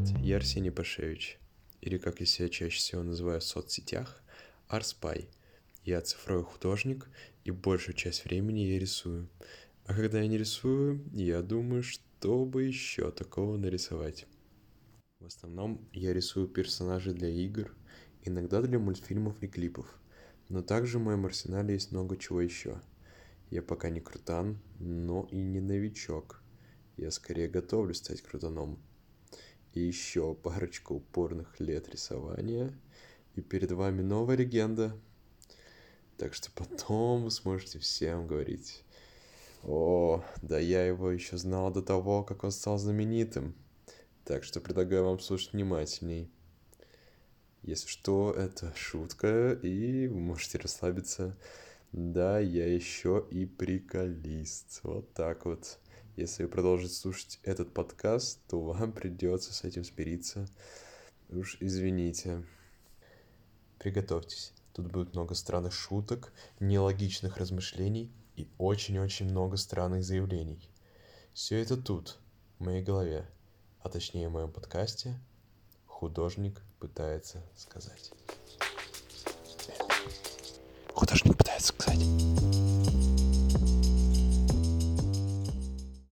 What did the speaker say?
я Арсений Пашевич, или как я себя чаще всего называю в соцсетях, Арспай. Я цифровой художник, и большую часть времени я рисую. А когда я не рисую, я думаю, что бы еще такого нарисовать. В основном я рисую персонажей для игр, иногда для мультфильмов и клипов. Но также в моем арсенале есть много чего еще. Я пока не крутан, но и не новичок. Я скорее готовлюсь стать крутаном. И еще парочку упорных лет рисования, и перед вами новая легенда. Так что потом вы сможете всем говорить: о, да я его еще знал до того, как он стал знаменитым. Так что предлагаю вам слушать внимательней. Если что, это шутка, и вы можете расслабиться. Да, я еще и приколист. Вот так вот. Если вы продолжите слушать этот подкаст, то вам придется с этим смириться. Уж извините. Приготовьтесь. Тут будет много странных шуток, нелогичных размышлений и очень-очень много странных заявлений. Все это тут, в моей голове, а точнее в моем подкасте «Художник пытается сказать».